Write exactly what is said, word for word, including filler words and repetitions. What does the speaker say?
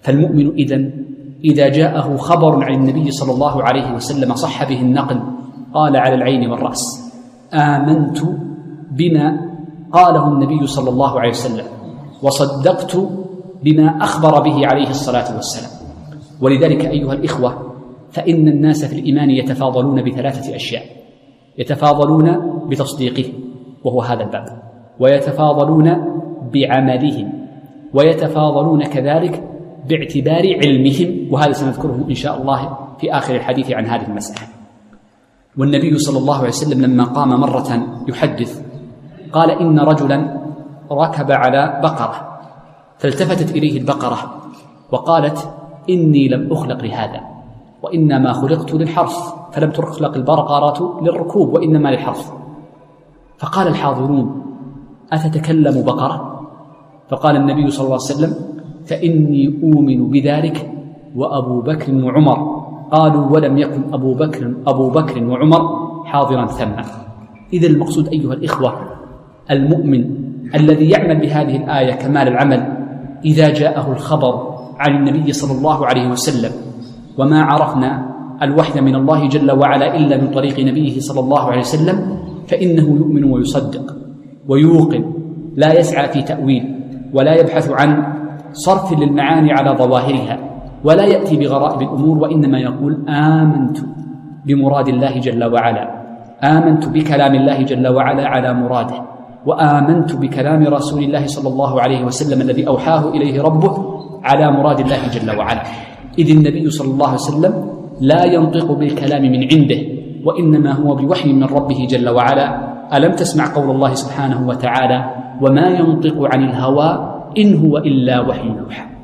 فالمؤمن إذن إذا جاءه خبر عن النبي صلى الله عليه وسلم صح به النقل قال على العين والرأس: آمنت بما قاله النبي صلى الله عليه وسلم وصدقت بما أخبر به عليه الصلاة والسلام. ولذلك أيها الإخوة، فإن الناس في الإيمان يتفاضلون بثلاثة أشياء: يتفاضلون بتصديقهم وهو هذا الباب، ويتفاضلون بعملهم، ويتفاضلون كذلك باعتبار علمهم، وهذا سنذكره إن شاء الله في آخر الحديث عن هذه المسألة. والنبي صلى الله عليه وسلم لما قام مرة يحدث قال: إن رجلا ركب على بقرة فالتفتت إليه البقرة وقالت: إني لم أخلق لهذا وإنما خلقت للحرث، فلم تخلق البقرة للركوب وإنما للحرث. فقال الحاضرون: أتتكلم بقرة؟ فقال النبي صلى الله عليه وسلم: فإني أؤمن بذلك وأبو بكر وعمر. قالوا: ولم يكن أبو بكر أبو بكر وعمر حاضرا ثم. إذا المقصود أيها الإخوة، المؤمن الذي يعمل بهذه الآية كمال العمل إذا جاءه الخبر عن النبي صلى الله عليه وسلم، وما عرفنا الوحي من الله جل وعلا إلا من طريق نبيه صلى الله عليه وسلم، فإنه يؤمن ويصدق ويوقن، لا يسعى في تأويل ولا يبحث عن صرف للمعاني على ظواهرها، ولا يأتي بغرائب الأمور، وإنما يقول: آمنت بمراد الله جل وعلا، آمنت بكلام الله جل وعلا على مراده، وآمنت بكلام رسول الله صلى الله عليه وسلم الذي أوحاه إليه ربه على مراد الله جل وعلا. إذ النبي صلى الله عليه وسلم لا ينطق بالكلام من عنده، وإنما هو بوحي من ربه جل وعلا. ألم تسمع قول الله سبحانه وتعالى: وما ينطق عن الهوى إن هو إلا وحي يوحى.